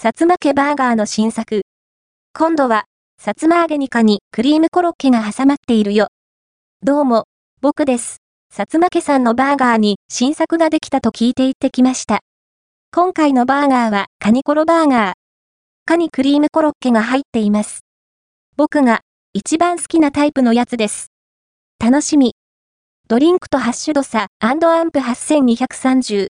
さつま家バーガーの新作。今度は、さつま揚げにかにクリームコロッケが挟まっているよ。どうも、僕です。さつま家さんのバーガーに新作ができたと聞いて行ってきました。今回のバーガーはカニコロバーガー。カニクリームコロッケが入っています。僕が一番好きなタイプのやつです。楽しみ。ドリンクとハッシュドサ&アンプ8230。